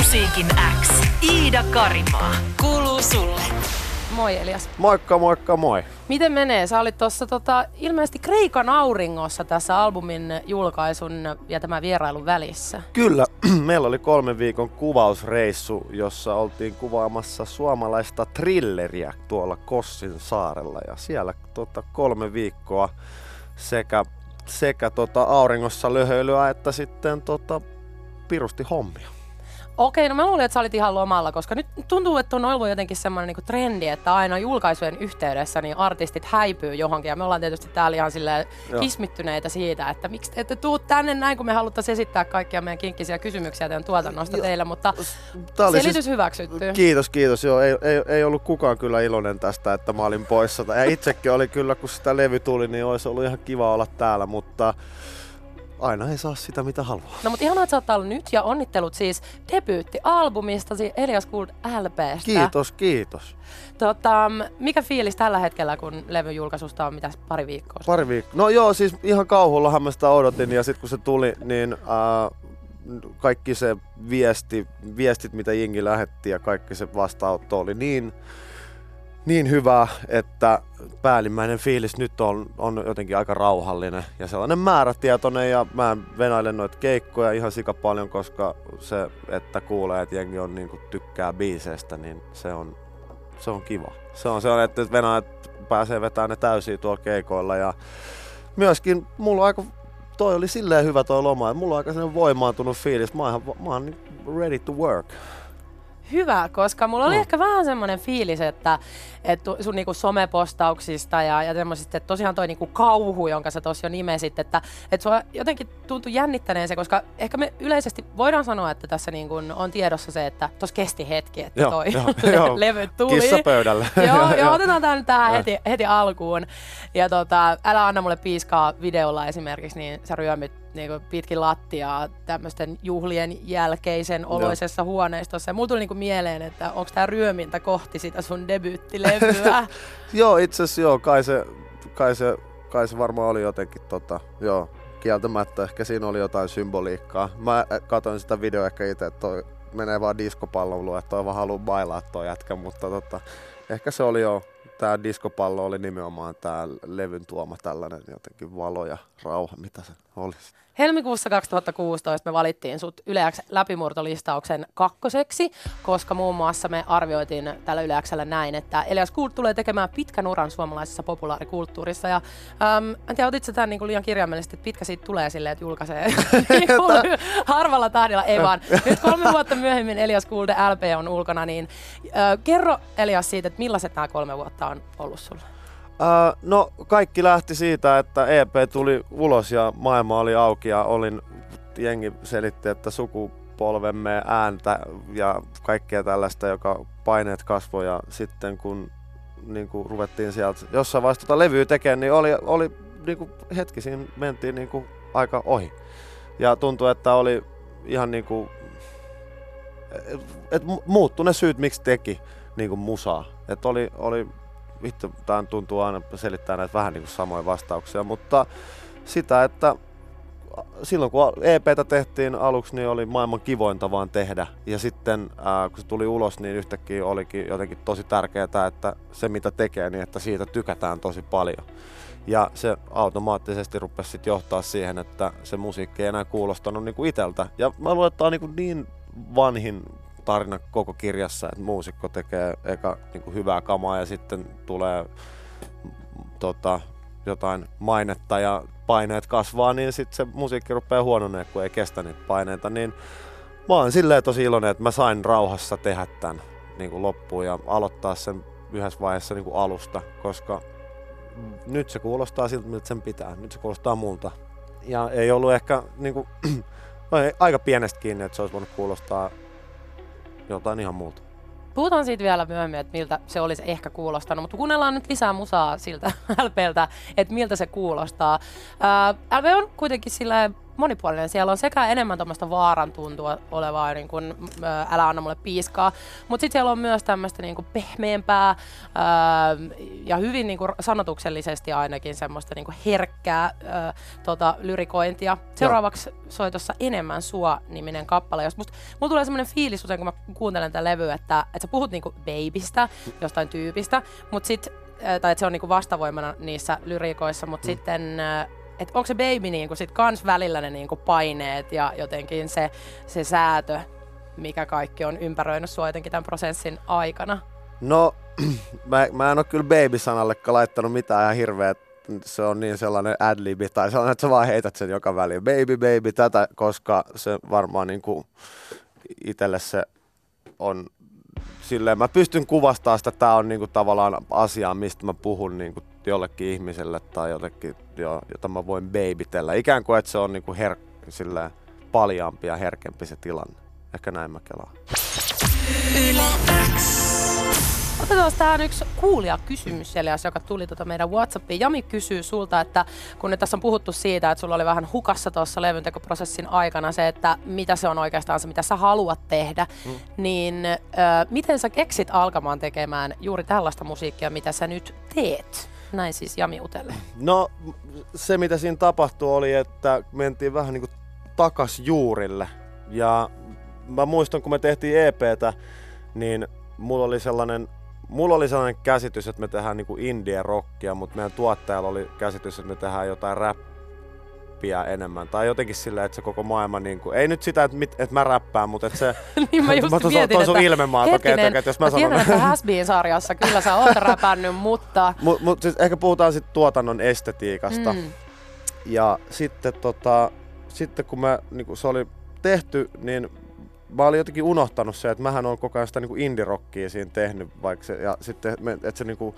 Musiikin X. Iida Karimaa. Kuuluu sulle. Moi Elias. Moikka, moikka, moi. Miten menee? Sä olit tuossa ilmeisesti Kreikan auringossa tässä albumin julkaisun ja tämän vierailun välissä. Kyllä, meillä oli 3 viikon kuvausreissu, jossa oltiin kuvaamassa suomalaista thrilleriä tuolla Kossin saarella. Ja siellä 3 viikkoa sekä auringossa löhöilyä että sitten pirusti hommia. Okei, no mä luulin, että sä olit ihan lomalla, koska nyt tuntuu, että on ollut jotenkin semmoinen niinku trendi, että aina julkaisujen yhteydessä niin artistit häipyy johonkin. Ja me ollaan tietysti täällä ihan silleen kismittyneitä siitä, että miksi te ette tuu tänne näin, kun me haluttaisiin esittää kaikkia meidän kinkkisiä kysymyksiä teidän tuotannosta teille, mutta selitys hyväksytty. Kiitos. Joo, ei ollut kukaan kyllä iloinen tästä, että mä olin poissa. Ja itsekin oli kyllä, kun sitä levy tuli, niin olisi ollut ihan kiva olla täällä, mutta aina ei saa sitä, mitä haluaa. No mutta ihanaa, että sä oot täällä nyt ja onnittelut siis debyytti-albumista, Elias Gould LP:stä. Kiitos. Mikä fiilis tällä hetkellä, kun levyn julkaisusta on pari viikkoa? Pari viikkoa. No joo, siis ihan kauhullahan mä sitä odotin ja sitten kun se tuli, niin kaikki se viestit mitä Jingi lähetti ja kaikki se vastaanotto oli niin hyvä, että päällimmäinen fiilis nyt on jotenkin aika rauhallinen ja sellainen määrätietoinen ja mä venailen noita keikkoja ihan sika paljon, koska se, että kuulee, että jengi on niinku tykkää biiseistä, niin se on kiva. Se on että venaajat pääsee vetämään ne täysiä tuolla keikoilla ja myöskin mulla aika, toi oli silleen hyvä toi loma, että mulla on aika sellainen voimaantunut fiilis, mä oon ready to work. Hyvä, koska mulla oli ehkä vähän semmoinen fiilis, että sun niinku somepostauksista ja tämmöisistä, että tosiaan toi niinku kauhu, jonka sä tuossa jo nimesit, että sua jotenkin tuntui jännittäneen se, koska ehkä me yleisesti voidaan sanoa, että tässä niinku on tiedossa se, että tossa kesti hetki, että toi levy tuli. Kissa pöydällä. Joo, otetaan tää nyt tähän heti alkuun. Ja Älä anna mulle piiskaa -videolla esimerkiksi, niin sä ryömyt niinku pitkin lattiaa tämmöisten juhlien jälkeisen oloisessa huoneistossa. Ja mulla tuli niinku mieleen, että onko tää ryömintä kohti sitä sun debyyttilevyä? Joo, itse asiassa joo, kai se varmaan oli jotenkin kieltämättä ehkä siinä oli jotain symboliikkaa. Mä katsoin sitä videoa ehkä itse, että toi menee vaan diskopalloon, että toi vaan haluu bailaa toi jätkä, mutta ehkä se oli jo, tää diskopallo oli nimenomaan tää levyn tuoma tällainen jotenkin valo ja rauha, mitä se olisi. Helmikuussa 2016 me valittiin sut Yle X läpimurtolistauksen 2, koska muun muassa me arvioitiin tällä Yle X:llä näin, että Elias Gould tulee tekemään pitkän uran suomalaisessa populaarikulttuurissa. Ja en tiedä, otit sä tämän niin liian kirjaimellisesti, että pitkä siitä tulee silleen, että julkaisee harvalla tahdilla. Ei vaan. Nyt 3 vuotta myöhemmin Elias Gould LP on ulkona, niin kerro Elias siitä, että millaiset nämä 3 vuotta on ollut sulla? No kaikki lähti siitä, että EP tuli ulos ja maailma oli auki ja jengi selitti, että sukupolvemme ääntä ja kaikkea tällaista, joka paineet kasvoi ja sitten kun niinku ruvettiin sieltä jossain vaiheessa levyä tekemään, niin oli niinku hetki siinä mentiin niinku aika ohi. Ja tuntui, että oli ihan niinku, että muuttui ne syyt, miksi teki niinku musaa. Että oli vittu, tämä tuntuu aina selittää näitä vähän niin kuin samoja vastauksia, mutta sitä, että silloin kun EP:tä tehtiin aluksi, niin oli maailman kivointa vaan tehdä. Ja sitten kun se tuli ulos, niin yhtäkkiä olikin jotenkin tosi tärkeää, että se mitä tekee, niin että siitä tykätään tosi paljon. Ja se automaattisesti rupesi sitten johtaa siihen, että se musiikki ei enää kuulostanut niin kuin iteltä. Ja mä luulen, että tämä on niin vanhin tarina koko kirjassa, että muusikko tekee eka niin kuin hyvää kamaa ja sitten tulee jotain mainetta ja paineet kasvaa, niin sitten se musiikki rupeaa huononeen, kun ei kestä niitä paineita. Niin mä oon silleen tosi iloinen, että mä sain rauhassa tehdä tämän niin kuin loppuun ja aloittaa sen yhdessä vaiheessa niin kuin alusta, koska nyt se kuulostaa siltä, miltä sen pitää. Nyt se kuulostaa multa. Ja ei ollut ehkä niin kuin, aika pienestä kiinni, että se olisi voinut kuulostaa jotain ihan muuta. Puhutaan siitä vielä myöhemmin, että miltä se olisi ehkä kuulostanut, mutta kuunnellaan nyt lisää musaa siltä LP:ltä, että miltä se kuulostaa. LP on kuitenkin silleen monipuolinen. Siellä on sekä enemmän tuommoista vaaran tuntua olevaa, niin kuin, älä anna mulle piiskaa, mutta sitten siellä on myös tämmöistä niin kuin pehmeämpää ja hyvin niin kuin sanotuksellisesti ainakin semmoista niin kuin herkkää lyrikointia. Seuraavaksi soi tuossa Enemmän sua-niminen kappale, jos mulla tulee semmoinen fiilis usein, kun mä kuuntelen tätä levyä, että sä puhut niinku babystä, jostain tyypistä, mutta tai että se on niinku vastavoimana niissä lyrikoissa, mutta sitten että onko se baby niinku sit kans välillä ne niinku paineet ja jotenkin se säätö, mikä kaikki on ympäröinyt sua jotenkin tämän prosessin aikana? No, mä en ole kyllä baby-sanallekaan laittanut mitään ihan hirveä. Se on niin sellainen adlibi tai sellainen, että sä vaan heität sen joka väliin. Baby, tätä, koska se varmaan niinku itselle se on silleen, mä pystyn kuvastamaan sitä, että tää on niinku tavallaan asia, mistä mä puhun niinku jollekin ihmiselle tai jollekin, jota mä voin babytellä. Ikään kuin, että se on niinku silleen paljaampi ja herkempi se tilanne. Ehkä näin mä kelaan. Otetaan tähän yksi kuulijakysymys, Elias, joka tuli meidän WhatsAppiin. Jami kysyy sulta, että kun nyt tässä on puhuttu siitä, että sulla oli vähän hukassa tuossa levyntekoprosessin aikana se, että mitä se on oikeastaan se, mitä sä haluat tehdä, niin miten sä keksit alkamaan tekemään juuri tällaista musiikkia, mitä sä nyt teet? Näin siis Jami utelle. No se, mitä siinä tapahtui, oli, että mentiin vähän niin kuin takas juurille. Ja mä muistan, kun me tehtiin EP:tä, niin mulla oli sellainen käsitys, että me tehdään niinku indie-rockia, mutta meidän tuottajalla oli käsitys, että me tehdään jotain räppiä enemmän. Tai jotenkin silleen, että se koko maailma, niinku, ei nyt sitä, että mä räppään, mutta että se... niin mä just mietin, toi sun ilmemaat, että jos mä sanon... Tiedän, että Has-Been-sarjassa kyllä sä oot räpännyt, mutta... Mut siis ehkä puhutaan sitten tuotannon estetiikasta. Ja sitten, sitten kun niinku, se oli tehty, niin... Mä olin jotenkin unohtanut se, että mähän on koko ajan sitä niinku indie-rockia siinä tehnyt, vaikka se, ja sitten, että se niinku,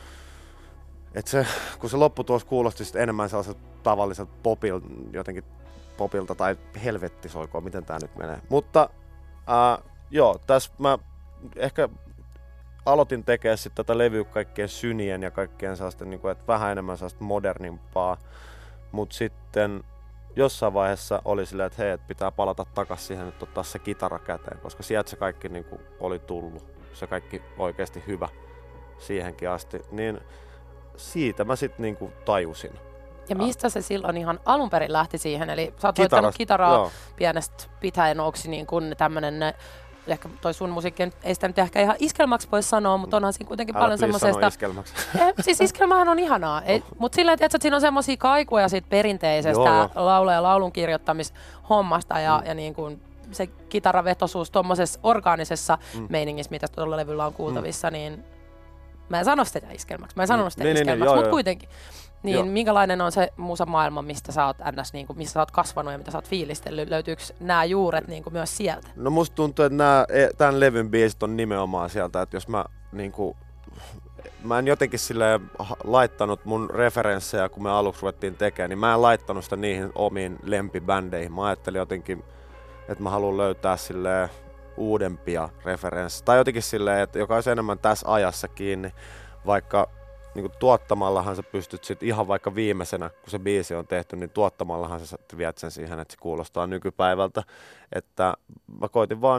kun se lopputulos kuulosti sitten enemmän sellaiselta tavalliselta popilta tai helvettisoikoon, miten tää nyt menee. Mutta joo, tässä mä ehkä aloitin tekemään sitten tätä levyä kaikkien synien ja kaikkien sellaisten, niinku, että vähän enemmän sellaista modernimpaa, mutta sitten jossain vaiheessa oli silleen, että hei, että pitää palata takaisin siihen, että ottaa se kitara käteen, koska sieltä se kaikki niin kuin oli tullut. Se kaikki oikeasti hyvä siihenkin asti. Niin siitä mä sitten niin kuin tajusin. Ja mistä se silloin ihan alun perin lähti siihen? Eli sä oot soittanut kitaraa joo. Pienestä pitäen, onko niin kuin tämmönen, ehkä toi sun musiikki, ei sitä nyt ehkä ihan iskelmäksi voi sanoa, mutta onhan siinä kuitenkin paljon semmoisesta... Siis iskelmähän on ihanaa, mutta silleen, että siinä on semmoisia kaikuja siitä perinteisestä laulu- ja laulun kirjoittamishommasta ja niin kuin se kitaravetosuus tuommoisessa orgaanisessa meiningissä, mitä tuolla levyllä on kuultavissa, niin mä en sano sitä iskelmäksi, mutta kuitenkin. Niin minkälainen on se musamaailma, mistä sä oot missä sä oot kasvanut ja mitä sä oot fiilistellyt? Löytyykö nämä juuret niin kuin myös sieltä? No musta tuntuu, että tämän levyn biisit on nimenomaan sieltä, että jos mä en jotenkin silleen laittanut mun referenssejä, kun me aluksi ruvettiin tekemään, niin mä en laittanut sitä niihin omiin lempibändeihin. Mä ajattelin jotenkin, että mä haluan löytää silleen uudempia referenssejä. Tai jotenkin silleen, että joka olisi enemmän tässä ajassa kiinni, vaikka niin tuottamallahan sä pystyt sit ihan vaikka viimeisenä, kun se biisi on tehty, niin tuottamallahan sä viet sen siihen, että se kuulostaa nykypäivältä. Että mä koitin vaan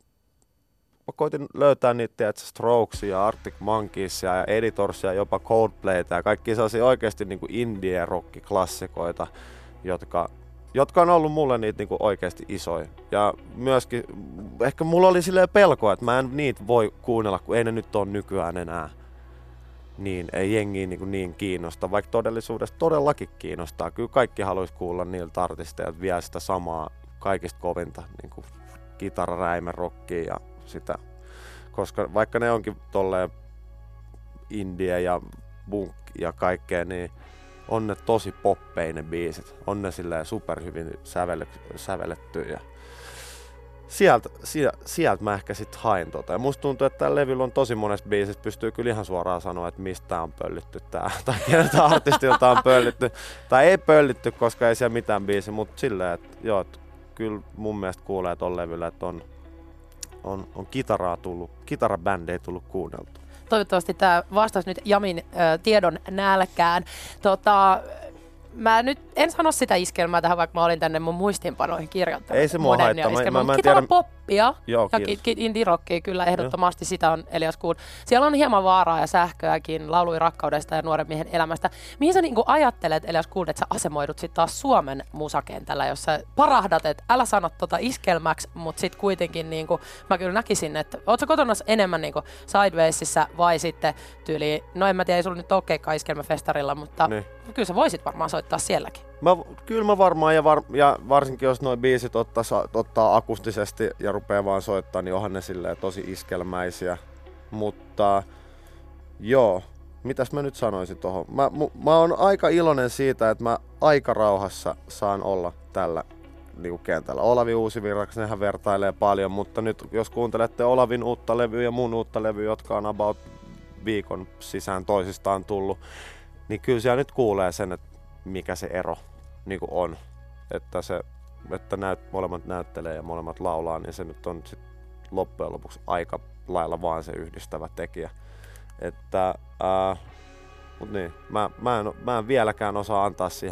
löytää niitä Strokesia ja Arctic Monkeysia ja Editorsia, jopa Coldplayta ja kaikkia sellaisia oikeasti niin indie-rock-klassikoita, jotka on ollut mulle niitä niin oikeasti isoja. Ja myöskin ehkä mulla oli silleen pelkoa, että mä en niitä voi kuunnella, kun ei ne nyt ole nykyään enää. Niin ei jengiä niin kiinnosta, vaikka todellisuudessa todellakin kiinnostaa. Kyllä kaikki haluaisi kuulla niiltä artisteilta vielä sitä samaa, kaikista kovinta niin kitararäimerockia ja sitä. Koska vaikka ne onkin tolleen indie ja punk ja kaikkea, niin on ne tosi poppeja ne biisit. On ne silleen superhyvin sävelletty ja sieltä mä ehkä sit hain tota. Ja musta tuntuu, että tällä levyllä on tosi monessa biisissä pystyy kyllä ihan suoraan sanoa, että mistä on pöllitty tää. Tai keneltä artistilta on pöllitty. Tai ei pöllitty, koska ei siellä mitään biisi, mutta silleen, että joo, että kyllä mun mielestä kuulee ton levyllä, että on kitarabändejä tullut kuunneltu. Toivottavasti tää vastasi nyt Jamin tiedon nälkään. Mä nyt en sano sitä iskelmää tähän, vaikka mä olin tänne mun muistiinpanoihin kirjoittanut. Ei se mua haittaa. Mä en tiedä. Poppia Joo, ja indie-rockia kyllä ehdottomasti sitä on Elias Kuul. Siellä on hieman vaaraa ja sähköäkin, laului rakkaudesta ja nuoren miehen elämästä. Mihin sä niinku ajattelet, Elias Kuul, että sä asemoidut sit taas Suomen musakentällä, jos sä parahdat, että älä sano iskelmäksi, mutta sit kuitenkin niinku, mä kyllä näkisin, että oot sä kotona enemmän niinku Sidewaysissa vai sitten tyyliin, no en mä tiedä, ei sulla nyt ole keikkaa iskelmäfestarilla, mutta niin. Kyllä sä voisit varmaan soittaa sielläkin. Kyllä mä varmaan, ja varsinkin jos noi biisit ottaa akustisesti ja rupeaa vaan soittaa, niin onhan ne silleen tosi iskelmäisiä. Mutta joo, mitäs mä nyt sanoisin tohon? Mä oon aika iloinen siitä, että mä aika rauhassa saan olla tällä niinku kentällä. Olavi Uusivirraksi, nehän vertailee paljon, mutta nyt jos kuuntelette Olavin uutta levyä ja mun uutta levyä, jotka on about viikon sisään toisistaan tullut, niin kyllä siellä nyt kuulee sen, että mikä se ero niin kuin on. Että molemmat näyttelee ja molemmat laulaa, niin se nyt on sit loppujen lopuksi aika lailla vaan se yhdistävä tekijä. Että, mut niin, mä en vieläkään osaa antaa siihen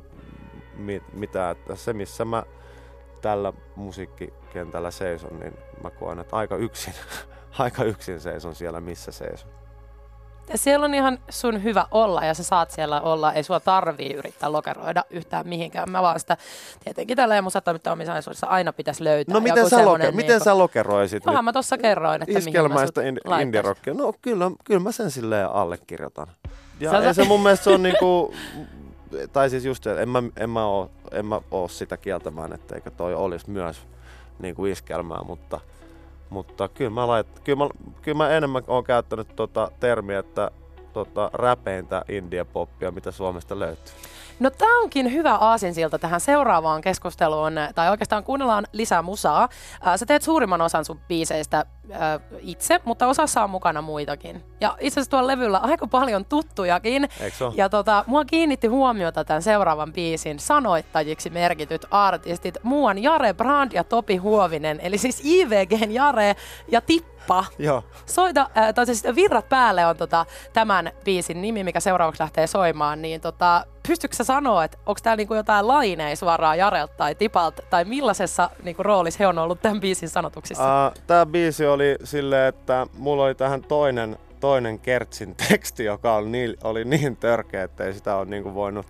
mitään, että se missä mä tällä musiikkikentällä seison, niin mä koen, että aika yksin seison siellä, missä seison. Ja siellä on ihan sun hyvä olla ja sä saat siellä olla, ei sua tarvii yrittää lokeroida yhtään mihinkään. Mä vaan sitä tietenkin tällä ja musatoimittaja-omisaisuudessa aina pitäisi löytää. No miten sä lokeroisit? Johan mä tossa kerroin, että iskelmäistä indie-rockia. No kyllä mä sen silleen allekirjoitan. Ja se mun mielestä se on niinku, tai siis just, että en mä oo sitä kieltämään, etteikö toi olisi myös niinku iskelmää, mutta kyllä mä enemmän oon käyttänyt termiä, että räpeintä indie-poppia, mitä Suomesta löytyy. No tää onkin hyvä aasinsilta tähän seuraavaan keskusteluun, tai oikeastaan kuunnellaan lisää musaa. Sä teet suurimman osan sun biiseistä itse, mutta osassa on mukana muitakin. Ja itse asiassa tuolla levyllä aika paljon tuttujakin. Ja mua kiinnitti huomiota tämän seuraavan biisin sanoittajiksi merkityt artistit. Muuan Jare Brand ja Topi Huovinen, eli siis IVG:n Jare ja Tippa. Joo. Soita, siis Virrat päälle on tämän biisin nimi, mikä seuraavaksi lähtee soimaan, niin pystytkö sä sanoa, että onko täällä niinku jotain laineja suoraan Jarelta tai Tipalta, tai millaisessa niinku roolissa he on ollut tämän biisin sanotuksissa? Tää biisi oli silleen, että mulla oli tähän toinen Kertsin teksti, joka oli niin törkeä, ettei sitä ole niinku voinut,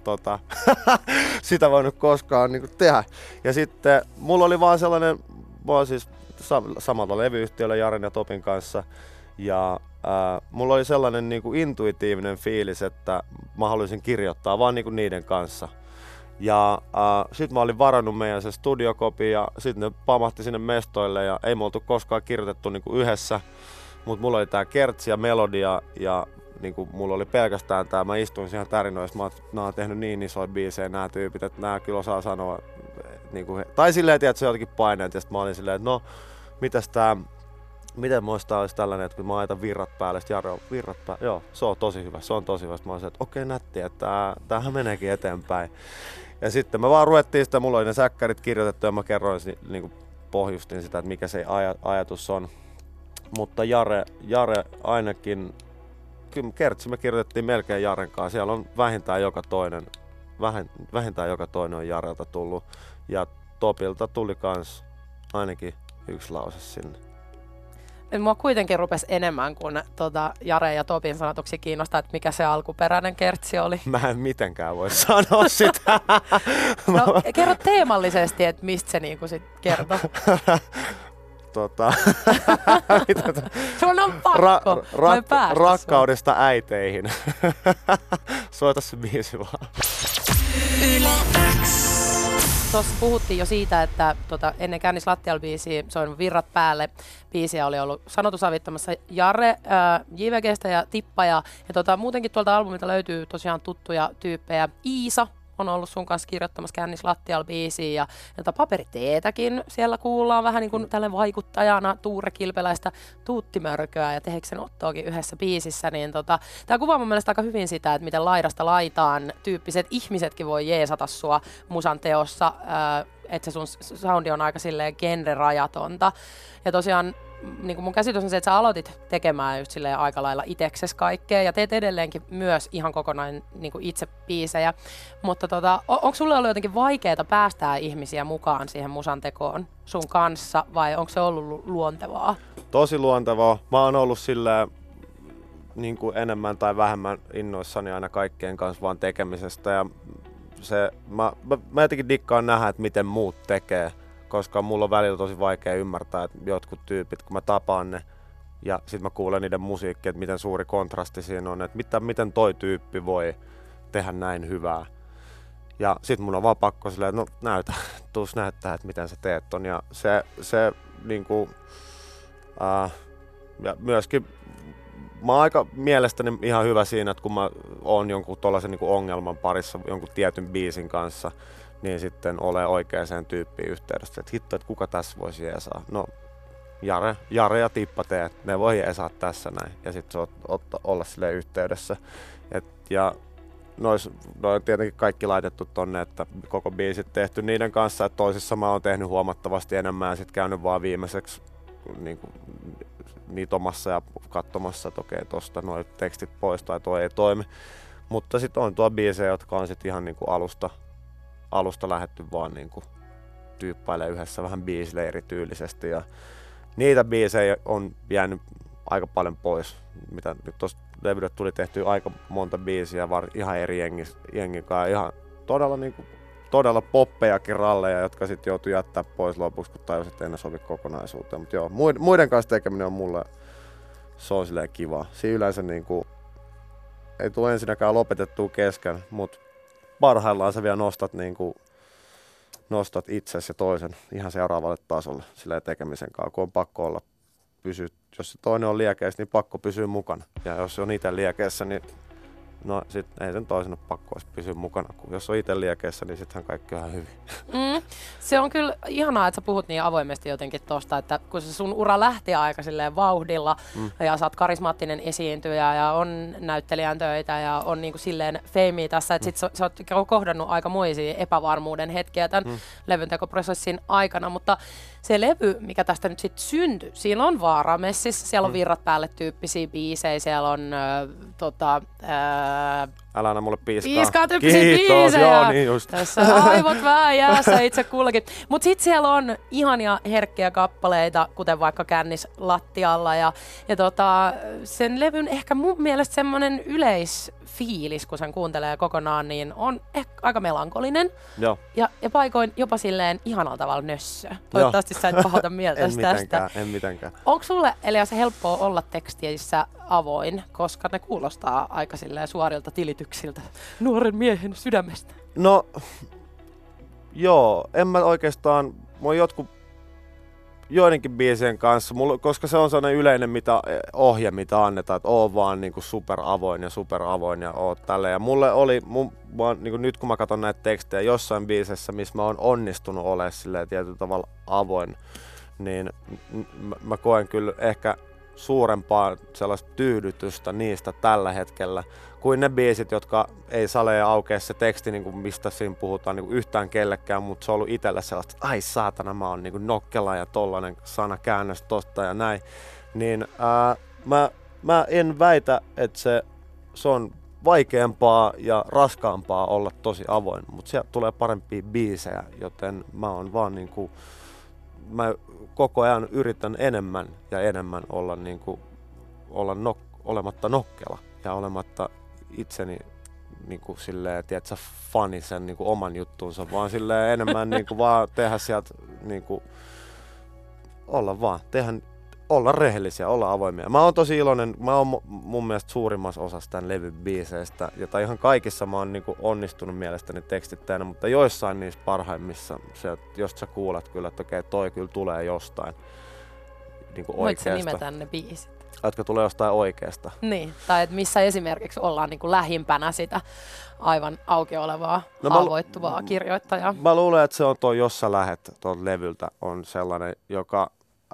sitä voinut koskaan niinku tehdä. Ja sitten mulla oli vaan sellainen, mulla oli siis samalta levyyhtiöllä Jaren ja Topin kanssa, ja mulla oli sellainen niinku intuitiivinen fiilis, että mä haluaisin kirjoittaa vaan niinku niiden kanssa. Ja sit mä olin varannut meidän se studiokopi ja sit ne pamahti sinne mestoille ja ei me oltu koskaan kirjoitettu niinku yhdessä. Mut mulla oli tää kertsi ja melodia ja niinku mulla oli pelkästään tää, mä istuin siihen tärinoissa, mä oon tehnyt niin isoja biisejä nää tyypit, että nää kyllä osaa sanoa niinku, tai silleen että se on jotenkin paineet ja sit mä olin silleen, että no miten muista olisi tällainen, että kun mä laitan virrat päälle, sit Jaro virrat päälle, joo, se on tosi hyvä. Sitten mä olin että okei, nättiä, että tämähän meneekin eteenpäin. Ja sitten me vaan ruvettiin sitä, mulla oli ne säkkärit kirjoitettu ja mä kerroin niin pohjustin sitä, että mikä se ajatus on. Mutta Jare ainakin, kyllä Kertsi me kirjoitettiin melkein Jaren kanssa, siellä on vähintään joka toinen on Jarelta tullut. Ja Topilta tuli kans ainakin yksi lause sinne. Mua kuitenkin rupesi enemmän kuin Jare ja Topin sanotuksi kiinnostaa, että mikä se alkuperäinen Kertsi oli. Mä en mitenkään voi sanoa sitä. No kerro teemallisesti, että mistä se niinku sit kertoo. Sun on pakko. Rakkaudesta äiteihin. Soita se biisi vaan. Yle X. Tuossa puhuttiin jo siitä, että ennen Kännis lattialla-biisiä soin Virrat päälle. Biisiä oli ollut sanotusavittamassa Jare, JVG:stä ja Tippa. Ja muutenkin tuolta albumilta löytyy tosiaan tuttuja tyyppejä. Iisa on ollut sun kanssa kirjoittamassa Kännis lattialla-biisiä ja paperiteetäkin siellä kuullaan vähän niin kuin tälle vaikuttajana Tuure Kilpeläistä tuuttimörköä ja Teheksen Ottoakin yhdessä biisissä, niin tämä kuvaa mun mielestä aika hyvin sitä, että miten laidasta laitaan tyyppiset ihmisetkin voi jeesata sua musan teossa, että se sun soundi on aika silleen genre-rajatonta. Ja tosiaan niin kuin mun käsitys on se, että sä aloitit tekemään just silleen aika lailla itsekses kaikkea ja teet edelleenkin myös ihan kokonaan niin kuin itse biisejä. Mutta onko sulle ollut jotenkin vaikeaa päästää ihmisiä mukaan siihen musan tekoon sun kanssa vai onko se ollut luontevaa? Tosi luontevaa. Mä oon ollut silleen niin kuin enemmän tai vähemmän innoissani aina kaikkien kanssa vaan tekemisestä ja mä jotenkin dikkaan nähdä, että miten muut tekee, koska mulla on välillä tosi vaikea ymmärtää, että jotkut tyypit, kun mä tapaan ne ja sit mä kuulen niiden musiikkia, että miten suuri kontrasti siinä on, että miten toi tyyppi voi tehdä näin hyvää. Ja sit mun on vaan pakko silleen, että no näytä, tuus näyttää, että miten sä teet ton. Ja se niinku, ja myöskin mä oon aika mielestäni ihan hyvä siinä, että kun mä oon jonkun tollasen niinku ongelman parissa jonkun tietyn biisin kanssa, niin sitten ole oikeaan tyyppiin yhteydessä, että hitto, että kuka tässä voisi jeesaa. No Jare ja Tippa teet, ne voi jeesaa tässä näin ja sitten se olla silleen yhteydessä. Ja noin tietenkin kaikki laitettu tonne, että koko biisit tehty niiden kanssa, että toisissa mä oon tehnyt huomattavasti enemmän ja sitten käynyt vaan viimeiseksi niinku nitomassa ja katsomassa, että okei, tosta noi tekstit pois tai toi ei toimi. Mutta sitten on tuo biisejä, jotka on sitten ihan niinku alusta lähdetty vaan niinku tyyppailemaan yhdessä vähän biisileirityylisesti. Ja niitä biisejä on jäänyt aika paljon pois, mitä nyt tuossa levylle tuli tehty aika monta biisiä ihan eri jengin kanssa. Ihan todella poppejakin ralleja, jotka sitten joutui jättää pois lopuksi, kun tajusin, että enää sovi kokonaisuuteen. Mutta joo, muiden kanssa tekeminen on mulle, se on silleen kiva. Siinä yleensä niinku, ei tule ensinnäkään lopetettua kesken, mutta parhaillaan sä vielä nostat itsesi ja toisen ihan seuraavalle tasolle silleen tekemisen kanssa, kun on pakko olla jos se toinen on liekeissä, niin pakko pysyä mukana. Ja jos se on itse liekeissä, niin no sit ei sen toisen ole pakko olisi pysyä mukana, kun jos on itse liekeissä, niin sittenhän kaikki on ihan hyvin. Se on kyllä ihanaa, että sä puhut niin avoimesti jotenkin tosta, että kun se sun ura lähti aika silleen vauhdilla ja sä oot karismaattinen esiintyjä ja on näyttelijän töitä ja on niinku silleen feimiä tässä, että sit sä oot kohdannut aikamoisia epävarmuuden hetkiä tämän levyntekoprosessin aikana, mutta se levy, mikä tästä nyt sitten syntyi, siinä on Vaara messissä, siellä on Virrat päälle -tyyppisiä biisejä, siellä on Älä anna mulle piiskaa. Piiskaa-tyyppisiä biisejä. Joo, niin just. Tässä aivot vähän jäässä itse kullakin. Mut sit siellä on ihania herkkiä kappaleita, kuten vaikka Kännis lattialla. Ja sen levyn ehkä mun mielestä semmonen yleisfiilis, kun sen kuuntelee kokonaan, niin on ehkä aika melankolinen. Joo. Ja paikoin jopa silleen ihanalla tavalla nössö. Toivottavasti sä et pahota mieltä tästä. En mitenkään. Onko sulle, Elias, helppoa olla teksteissä avoin, koska ne kuulostaa aika silleen suorilta tilityksiltä nuoren miehen sydämestä? No, joo, en mä oikeastaan, joidenkin biisien kanssa, koska se on sellainen yleinen ohje, mitä annetaan, että oo vaan niinku superavoin ja oot tälleen. Ja mulle oli, niinku nyt kun mä katson näitä tekstejä jossain biisessä, missä mä oon onnistunut olemaan silleen tietyllä tavalla avoin, niin mä koen kyllä ehkä suurempaa sellaista tyydytystä niistä tällä hetkellä kuin ne biisit, jotka ei salee aukea se teksti, niin kuin mistä siinä puhutaan niin kuin yhtään kellekään, mutta se on ollut itselle sellaista, että ai saatana, mä oon niin kuin nokkela ja tollanen sanakäännös tosta ja näin. Niin mä en väitä, että se on vaikeampaa ja raskaampaa olla tosi avoin, mutta sieltä tulee parempia biisejä, joten mä oon vaan niinku, mä koko ajan yritän enemmän ja enemmän olla niinku, olematta nokkela ja olematta itseni niinku silleen, tiedätkö, fani sen niinku oman juttuunsa, vaan silleen enemmän niinku vaan tehdä sieltä niinku, olla rehellisiä, olla avoimia. Mä oon tosi iloinen, mä oon mun mielestä suurimmassa osassa tämän levyn biiseistä, jota ihan kaikissa mä oon niinku onnistunut mielestäni tekstittäjänä, mutta joissain niissä parhaimmissa, jos sä kuulet kyllä, että okei, toi kyllä tulee jostain niinku oikeasta. Voit sä nimetä ne biisit? Jotka tulee jostain oikeasta. Niin, tai että missä esimerkiksi ollaan niinku lähimpänä sitä aivan auki olevaa, haavoittuvaa kirjoittajaa. Mä luulen, että se on toi Jos sä lähet tuolta levyltä on sellainen, joka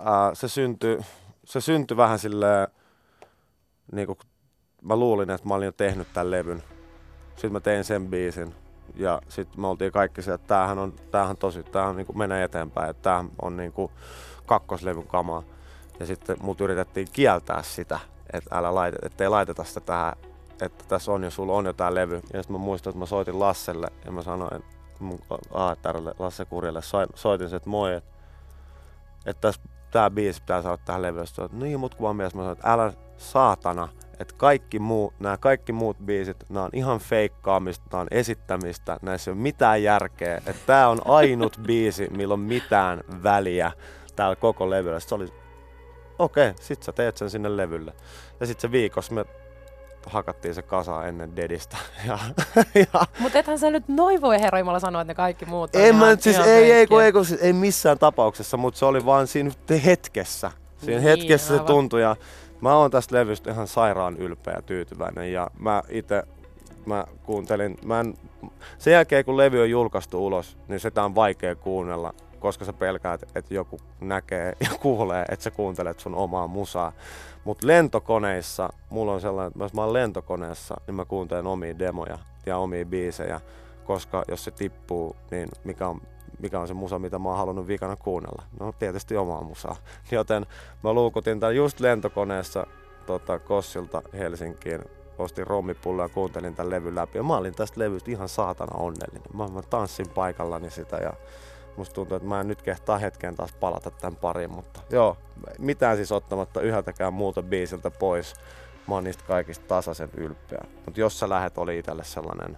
se syntyi vähän silleen, niinku mä luulin, että mä olin jo tehnyt tämän levyn. Sitten mä tein sen biisin ja sitten me oltiin kaikki se, että tämähän niinku menee eteenpäin, että tämähän on niinku kakkoslevyn kamaa. Ja sitten mut yritettiin kieltää sitä, että ettei laiteta sitä tähän, että tässä on jo, sulla on jo tää levy. Ja sitten mä muistan, että mä soitin Lasselle ja mä sanoin, että mun AETRlle, Lasse Kurjalle soitin se, että moi, että tää biisi pitää saada tähän levyyn. Sitten niin, mut kuvan mies, mä sanoin, että älä saatana, että nämä kaikki muut biisit, nämä on ihan feikkaamista, nämä on esittämistä, näissä ei ole mitään järkeä. Että tää on ainut biisi, millä on mitään väliä täällä koko levyllä. Sitten se oli, okei, sit sä teet sen sinne levylle. Ja sit se viikossa me hakattiin se kasaan ennen Dedistä. Mutta ethän sä nyt noin voi herra Jumala sanoa, että ne kaikki muut on ei missään tapauksessa, mutta se oli vaan siinä hetkessä. Siinä hetkessä se tuntui ja mä oon tästä levystä ihan sairaan ylpeä ja tyytyväinen ja mä kuuntelin, sen jälkeen kun levy on julkaistu ulos, niin sitä on vaikea kuunnella, koska sä pelkäät, että joku näkee ja kuulee, että sä kuuntelet sun omaa musaa. Mut lentokoneissa, mulla on sellainen, että jos mä oon lentokoneessa, niin mä kuuntelen omia demoja ja omia biisejä, koska jos se tippuu, niin mikä on se musa, mitä mä oon halunnut vikana kuunnella? No tietysti omaa musaa. Joten mä luukutin tän just lentokoneessa Kossilta Helsinkiin, ostin rommipulloa ja kuuntelin tän levyn läpi. Ja mä olin tästä levystä ihan saatana onnellinen. Mä tanssin paikallani sitä ja musta tuntuu, että mä en nyt kehtaa hetkeen taas palata tän pariin, mutta joo, mitään siis ottamatta yhdeltäkään muuta biisiltä pois. Mä oon niistä kaikista tasaisen ylpeä. Mutta jos sä lähet, oli itselle sellainen,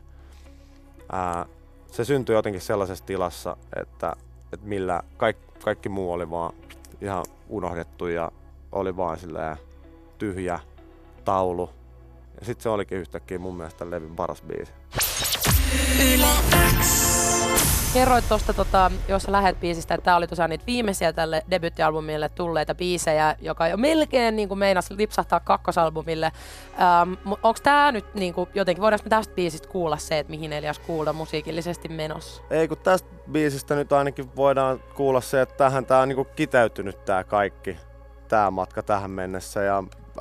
se syntyi jotenkin sellaisessa tilassa, että millä kaikki muu oli vaan ihan unohdettu ja oli vaan silleen tyhjä taulu. Ja sit se olikin yhtäkkiä mun mielestä tämän levyn paras biisi. Kerroit tuosta, jos sä lähet biisistä, että tää oli tosiaan niitä viimeisiä tälle debuittialbumille tulleita biisejä, joka jo melkein niin kuin meinasi lipsahtaa kakkosalbumille. Onko tää nyt niin kuin, jotenkin, voidaanko me tästä biisistä kuulla se, että mihin Elias Kuulda musiikillisesti menossa? Ei, kun tästä biisistä nyt ainakin voidaan kuulla se, että tähän tää on niin kuin kiteytynyt tää kaikki, tää matka tähän mennessä. Ja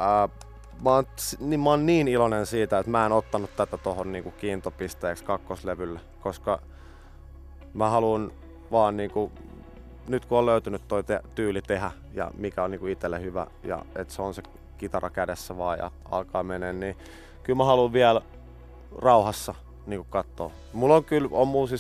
mä oon niin iloinen siitä, että mä en ottanut tätä tohon niin kuin kiintopisteeksi kakkoslevylle, koska mä haluan vaan niinku, nyt kun on löytynyt toi tyyli tehdä ja mikä on niinku itselle hyvä ja että se on se kitara kädessä vaan ja alkaa menee, niin kyllä mä haluan vielä rauhassa niinku katsoa. Mulla on kyllä,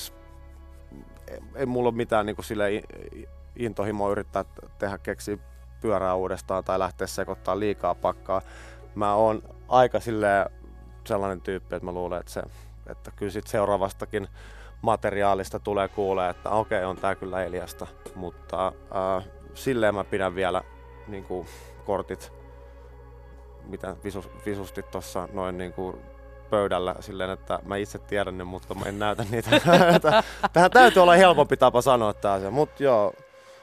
ei mulla ole mitään niinku silleen intohimoa yrittää keksiä pyörää uudestaan tai lähteä sekoittaa liikaa pakkaa. Mä oon aika silleen sellainen tyyppi, että mä luulen, että kyllä sit seuraavastakin materiaalista tulee kuulee, että okei, on tää kyllä Eliasta, mutta silleen mä pidän vielä niinku kortit, mitä visusti tossa noin niinku pöydällä silleen, että mä itse tiedän ne, mutta mä en näytä niitä. Tähän täytyy olla helpompi tapa sanoa tää asia, mut joo.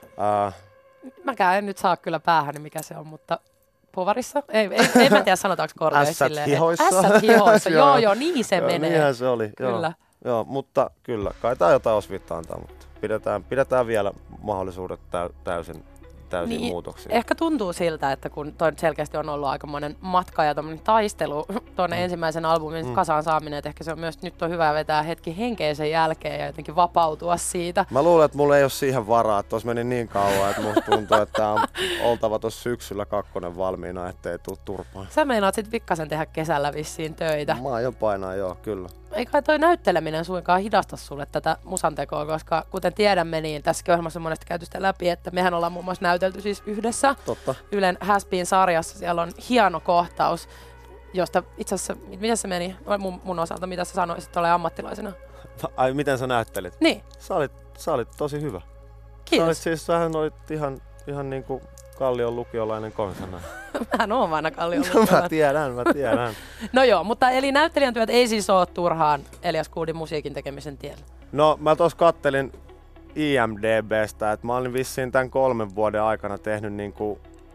Mäkään en nyt saa kyllä päähän, niin mikä se on, mutta povarissa? Ei mä tiedä, sanotaanko korveissa silleen. Ässät hihoissa, joo, niin se menee. Niinhän se oli, kyllä. Joo, mutta kyllä, kai tää jotain osviittaa antaa, mutta pidetään vielä mahdollisuudet täysin niin, muutoksia. Ehkä tuntuu siltä, että kun toi selkeästi on ollut aikamoinen matka ja tommonen taistelu tuonne ensimmäisen albumin kasaan saaminen, että ehkä se on myös nyt on hyvä vetää hetki henkeä sen jälkeen ja jotenkin vapautua siitä. Mä luulen, että mulla ei ole siihen varaa, että tuossa meni niin kauan, että musta tuntuu, että on oltava tuossa syksyllä 2 valmiina, ettei tuu turpaan. Sä meinaat sit pikkasen tehdä kesällä vissiin töitä. Mä aion painaa, joo, kyllä. Ei kai toi näytteleminen suinkaan hidasta sulle tätä musantekoa, koska kuten tiedämme, niin tässä ohjelmassa on monesti käyty sitä läpi, että mehän ollaan muun muassa näytelty siis yhdessä. Totta. Ylen Has Been-sarjassa. Siellä on hieno kohtaus, josta itse asiassa, miten se meni mun osalta, mitä sä sanoisit ole ammattilaisena? Ai, miten sä näyttelit? Niin. Sä olit tosi hyvä. Kiitos. Sähän olit ihan niinku Kallion lukiolainen konsana. Mähän oon aina Kallion lukiolainen. Mä tiedän. No joo, mutta eli näyttelijän työt ei siis ole turhaan Elias Kuldin musiikin tekemisen tiellä. No mä tuossa kattelin IMDb:stä, että mä olin vissiin tämän 3 vuoden aikana tehnyt niinku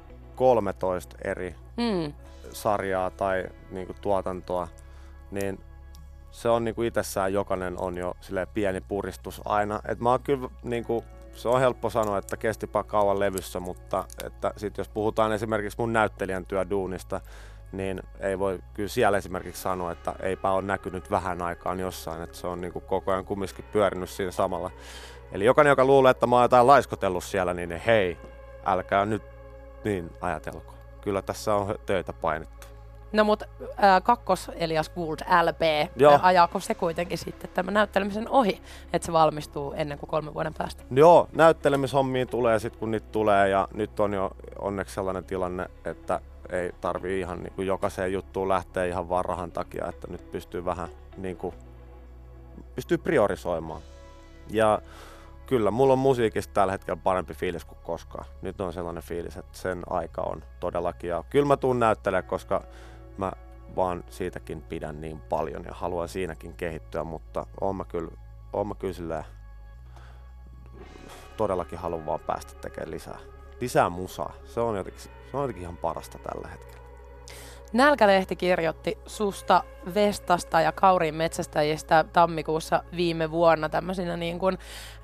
13 eri sarjaa tai niinku tuotantoa, niin se on niinku itsessään jokainen on jo silleen pieni puristus aina. Et mä oon kyllä niinku, se on helppo sanoa, että kestipä kauan levyssä, mutta että sit jos puhutaan esimerkiksi mun näyttelijän työduunista, niin ei voi kyllä siellä esimerkiksi sanoa, että eipä ole näkynyt vähän aikaan jossain, että se on niinku koko ajan kumminkin pyörinyt siinä samalla. Eli jokainen, joka luulee, että mä oon jotain laiskotellut siellä, niin hei, älkää nyt niin ajatelko. Kyllä tässä on töitä painettu. No mut kakkos Elias Gould LP, Joo. ajaako se kuitenkin sitten tämän näyttelemisen ohi, että se valmistuu ennen kuin 3 vuoden päästä? Joo, näyttelemishommiin tulee sitten kun niitä tulee ja nyt on jo onneksi sellainen tilanne, että ei tarvii ihan niin kuin jokaiseen juttuun lähteä ihan vaan rahan takia, että nyt pystyy vähän niin kuin, pystyy priorisoimaan. Ja kyllä, mulla on musiikista tällä hetkellä parempi fiilis kuin koskaan. Nyt on sellainen fiilis, että sen aika on todellakin. Ja kyllä mä tuun näyttelemään, koska mä vaan siitäkin pidän niin paljon ja haluan siinäkin kehittyä, mutta oon mä kyllä silleen, todellakin haluan vaan päästä tekemään lisää musaa. Se on jotenkin ihan parasta tällä hetkellä. Nälkälehti kirjoitti susta, Vestasta ja Kauriin metsästäjistä tammikuussa viime vuonna tämmöisinä niin kuin,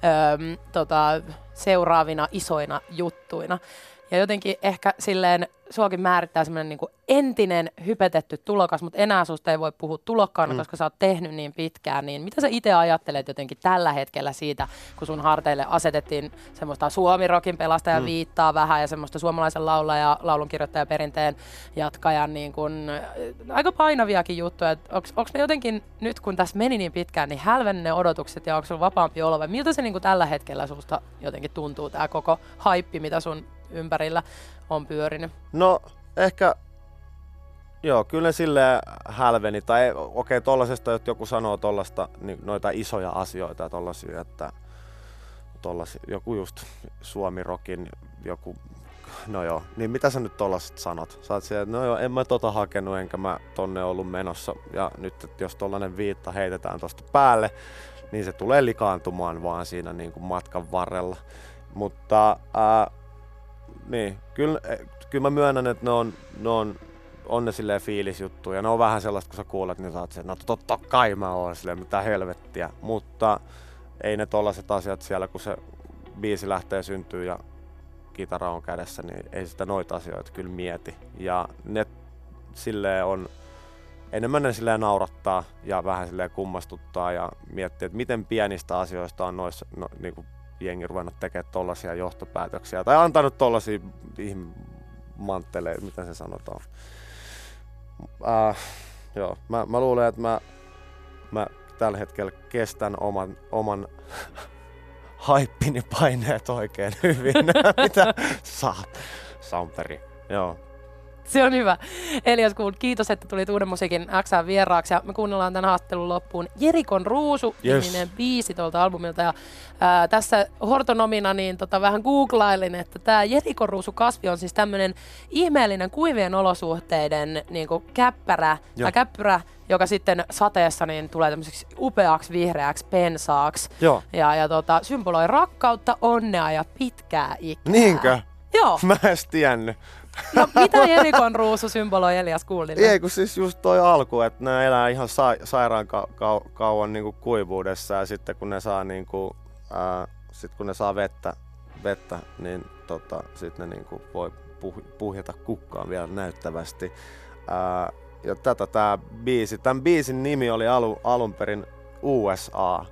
seuraavina isoina juttuina. Ja jotenkin ehkä silleen suakin määrittää semmoinen niin kuin entinen hypetetty tulokas, mutta enää susta ei voi puhua tulokkaana, koska sä oot tehnyt niin pitkään. Niin mitä sä itse ajattelet jotenkin tällä hetkellä siitä, kun sun harteille asetettiin semmoista suomirokin pelastajan viittaa vähän ja semmoista suomalaisen laulunkirjoittajan perinteen jatkajan niin kuin, aika painaviakin juttuja. Onko ne jotenkin nyt, kun tässä meni niin pitkään, niin hälvennyt ne odotukset ja onko sulla vapaampi olo vai miltä se niin kuin tällä hetkellä susta jotenkin tuntuu tämä koko haippi, mitä sun ympärillä on pyörinyt? No ehkä, joo, kyllä ne silleen hälveni. Tai okei, tollasesta, että joku sanoo tollasta, niin noita isoja asioita, tollasia, että joku just suomirokin, joku, no joo, niin mitä sä nyt tollaset sanot? Sä oot siellä, että no joo, en mä tota hakenut, enkä mä tonne ollut menossa. Ja nyt, että jos tollanen viitta heitetään tosta päälle, niin se tulee likaantumaan vaan siinä niin kuin matkan varrella. Mutta niin, kyllä mä myönnän, että ne on ne silleen fiilisjuttuja. Ja ne on vähän sellaista, kun sä kuulet, niin sä oot se, no totta kai mä oon silleen, mitä helvettiä. Mutta ei ne tollaset asiat siellä, kun se biisi lähtee syntyy ja kitara on kädessä, niin ei sitä noita asioita kyllä mieti. Ja ne silleen on, enemmän ne silleen naurattaa ja vähän silleen kummastuttaa ja miettii, että miten pienistä asioista on noissa, niinku jengi ruvennut tekemään tollaisia johtopäätöksiä tai antanut tollaisia manteleita, miten se sanotaan. Joo, mä luulen, että mä tällä hetkellä kestän oman haippini paineet oikein hyvin. Mitä saat, Samperi? Joo. Se on hyvä. Elias Gould, kiitos, että tulit Uuden musiikin X:ään vieraaksi. Ja me kuunnellaan tämän haastattelun loppuun Jerikon Ruusu-niminen biisi tuolta albumilta. Ja tässä hortonomina niin vähän googlailin, että tämä Jerikon Ruusu-kasvi on siis tämmöinen ihmeellinen kuivien olosuhteiden niin kuin käppyrä, joka sitten sateessa niin tulee tämmöiseksi upeaksi vihreäksi pensaaksi. Joo. Ja symboloi rakkautta, onnea ja pitkää ikää. Niinkö? Joo. Mä en edes tiennyt. No mitä Jerikon Ruusu symboloi Elias Gouldille? Ei kun siis just toi alku, että ne elää ihan sairaan kauan niinku kuivuudessa ja sitten kun ne saa niinku, kun ne saa vettä niin sit ne niinku voi puhjata kukkaan vielä näyttävästi. Ja tämän biisin nimi oli alun perin USA.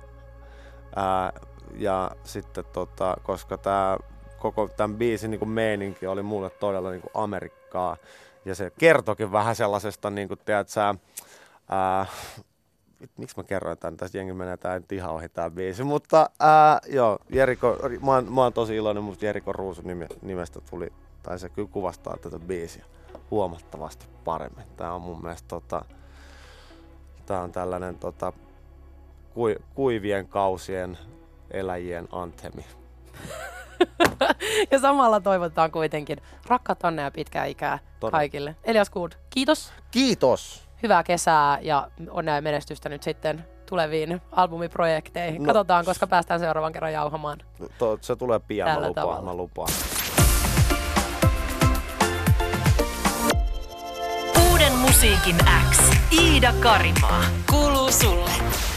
Ja sitten koska koko tämän biisin niin meininki oli mulle todella niin Amerikkaa. Ja se kertokin vähän sellaisesta, niin kuin, tiedätkö, miksi mä kerroin tämän, tässä jengi menee tää nyt ihan ohi tää biisi. Mutta joo, mä oon tosi iloinen, mutta Jerikon Ruusu nimestä tuli, tai se kyllä kuvastaa tätä biisiä huomattavasti paremmin. Tää on mun mielestä tää on tällainen kuivien kausien eläjien anthemi. Ja samalla toivotetaan kuitenkin rakkautta, onnea ja pitkää ikää kaikille. Elias Gould, kiitos. Kiitos. Hyvää kesää ja onnea ja menestystä nyt sitten tuleviin albumiprojekteihin. Katsotaan, koska päästään seuraavan kerran jauhamaan. Se tulee pian, mä lupaan. Uuden musiikin X. Iida Karimaa. Kuuluu sulle.